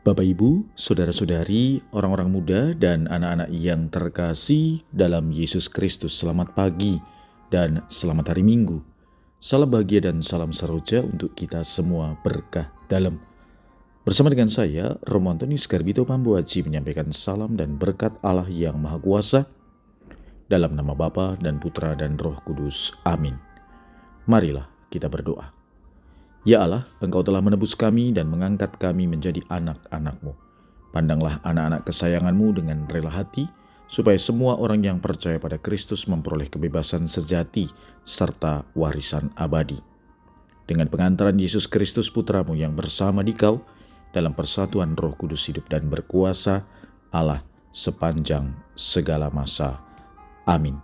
Bapak Ibu, saudara-saudari, orang-orang muda dan anak-anak yang terkasih dalam Yesus Kristus, selamat pagi dan selamat hari Minggu. Salam bahagia dan salam saroja untuk kita semua berkah dalam. Bersama dengan saya, Romo Antonius Garbito Pambuaji menyampaikan salam dan berkat Allah yang Maha Kuasa dalam nama Bapa dan Putra dan Roh Kudus. Amin. Marilah kita berdoa. Ya Allah, Engkau telah menebus kami dan mengangkat kami menjadi anak-anak-Mu. Pandanglah anak-anak kesayangan-Mu dengan rela hati, supaya semua orang yang percaya pada Kristus memperoleh kebebasan sejati serta warisan abadi. Dengan pengantaran Yesus Kristus Putra-Mu yang bersama Dikau, dalam persatuan Roh Kudus hidup dan berkuasa, Allah sepanjang segala masa. Amin.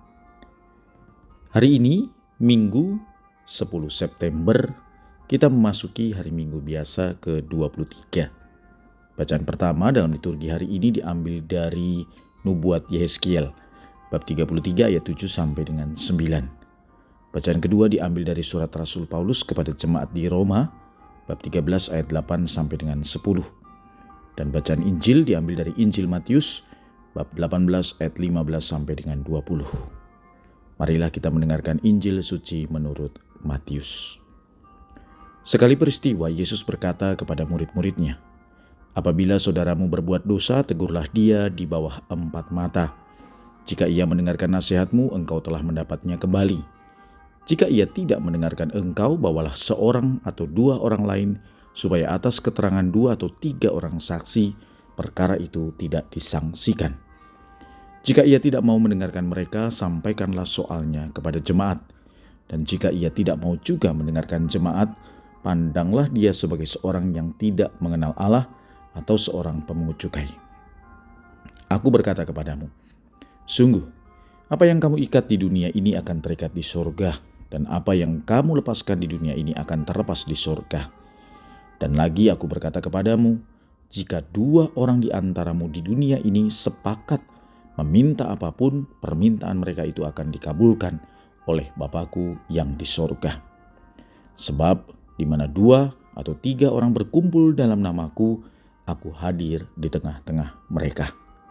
Hari ini, Minggu 10 September, kita memasuki hari Minggu biasa ke-23. Bacaan pertama dalam liturgi hari ini diambil dari Nubuat Yehezkiel, bab 33 ayat 7 sampai dengan 9. Bacaan kedua diambil dari surat Rasul Paulus kepada jemaat di Roma, bab 13 ayat 8 sampai dengan 10. Dan bacaan Injil diambil dari Injil Matius, bab 18 ayat 15 sampai dengan 20. Marilah kita mendengarkan Injil suci menurut Matius. Sekali peristiwa, Yesus berkata kepada murid-muridnya, "Apabila saudaramu berbuat dosa, tegurlah dia di bawah 4 mata. Jika ia mendengarkan nasihatmu, engkau telah mendapatnya kembali. Jika ia tidak mendengarkan engkau, bawalah seorang atau 2 orang lain, supaya atas keterangan 2 atau 3 orang saksi, perkara itu tidak disangsikan. Jika ia tidak mau mendengarkan mereka, sampaikanlah soalnya kepada jemaat. Dan jika ia tidak mau juga mendengarkan jemaat, pandanglah dia sebagai seorang yang tidak mengenal Allah atau seorang pemungut cukai. Aku berkata kepadamu, sungguh, apa yang kamu ikat di dunia ini akan terikat di sorga, dan apa yang kamu lepaskan di dunia ini akan terlepas di sorga. Dan lagi aku berkata kepadamu, jika 2 orang di antaramu di dunia ini sepakat meminta apapun, permintaan mereka itu akan dikabulkan oleh Bapa-Ku yang di sorga. Sebab di mana 2 atau 3 orang berkumpul dalam namaku, aku hadir di tengah-tengah mereka."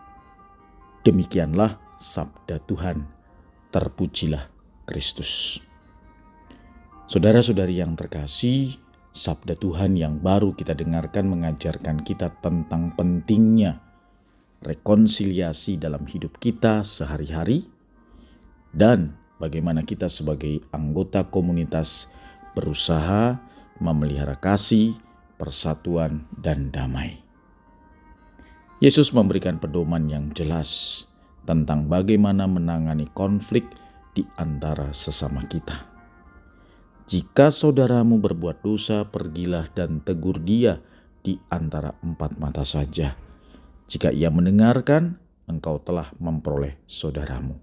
Demikianlah sabda Tuhan. Terpujilah Kristus. Saudara-saudari yang terkasih, sabda Tuhan yang baru kita dengarkan mengajarkan kita tentang pentingnya rekonsiliasi dalam hidup kita sehari-hari dan bagaimana kita sebagai anggota komunitas berusaha memelihara kasih, persatuan, dan damai. Yesus memberikan pedoman yang jelas tentang bagaimana menangani konflik di antara sesama kita. Jika saudaramu berbuat dosa, pergilah dan tegur dia di antara 4 mata saja. Jika ia mendengarkan, engkau telah memperoleh saudaramu.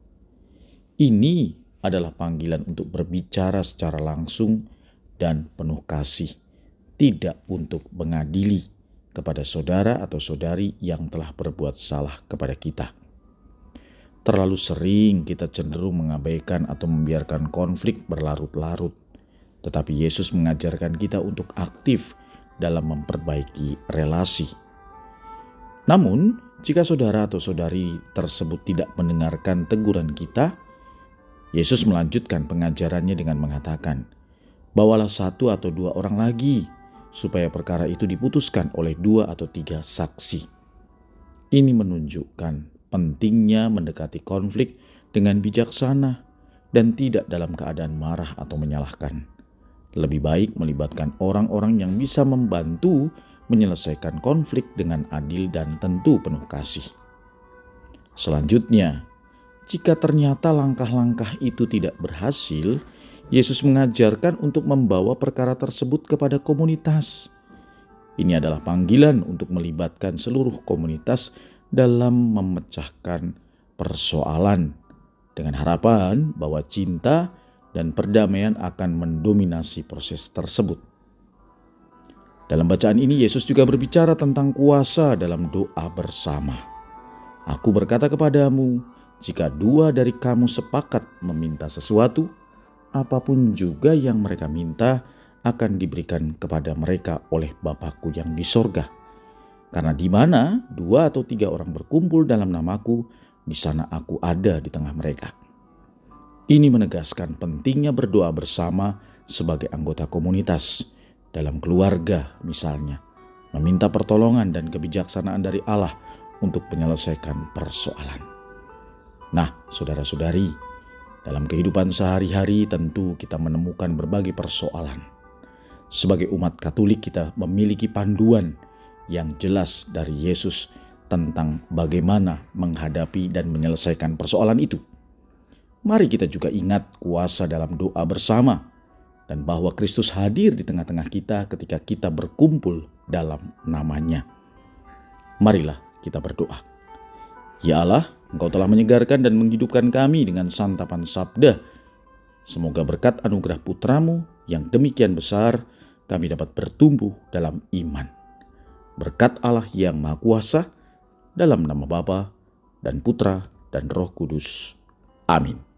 Ini adalah panggilan untuk berbicara secara langsung dan penuh kasih, tidak untuk mengadili kepada saudara atau saudari yang telah berbuat salah kepada kita. Terlalu sering kita cenderung mengabaikan atau membiarkan konflik berlarut-larut, tetapi Yesus mengajarkan kita untuk aktif dalam memperbaiki relasi. Namun, jika saudara atau saudari tersebut tidak mendengarkan teguran kita, Yesus melanjutkan pengajarannya dengan mengatakan, "Bawalah 1 atau 2 orang lagi, supaya perkara itu diputuskan oleh 2 atau 3 saksi." Ini menunjukkan pentingnya mendekati konflik dengan bijaksana dan tidak dalam keadaan marah atau menyalahkan. Lebih baik melibatkan orang-orang yang bisa membantu menyelesaikan konflik dengan adil dan tentu penuh kasih. Selanjutnya, jika ternyata langkah-langkah itu tidak berhasil, Yesus mengajarkan untuk membawa perkara tersebut kepada komunitas. Ini adalah panggilan untuk melibatkan seluruh komunitas dalam memecahkan persoalan, dengan harapan bahwa cinta dan perdamaian akan mendominasi proses tersebut. Dalam bacaan ini, Yesus juga berbicara tentang kuasa dalam doa bersama. Aku berkata kepadamu, jika 2 dari kamu sepakat meminta sesuatu, apapun juga yang mereka minta akan diberikan kepada mereka oleh Bapa-Ku yang di sorga. Karena di mana 2 atau 3 orang berkumpul dalam namaku, di sana aku ada di tengah mereka. Ini menegaskan pentingnya berdoa bersama sebagai anggota komunitas, dalam keluarga misalnya, meminta pertolongan dan kebijaksanaan dari Allah untuk menyelesaikan persoalan. Nah, saudara-saudari, dalam kehidupan sehari-hari tentu kita menemukan berbagai persoalan. Sebagai umat Katolik kita memiliki panduan yang jelas dari Yesus tentang bagaimana menghadapi dan menyelesaikan persoalan itu. Mari kita juga ingat kuasa dalam doa bersama dan bahwa Kristus hadir di tengah-tengah kita ketika kita berkumpul dalam nama-Nya. Marilah kita berdoa. Ya Allah, Engkau telah menyegarkan dan menghidupkan kami dengan santapan sabda. Semoga berkat anugerah Putra-Mu yang demikian besar, kami dapat bertumbuh dalam iman. Berkat Allah yang Maha Kuasa, dalam nama Bapa dan Putra dan Roh Kudus. Amin.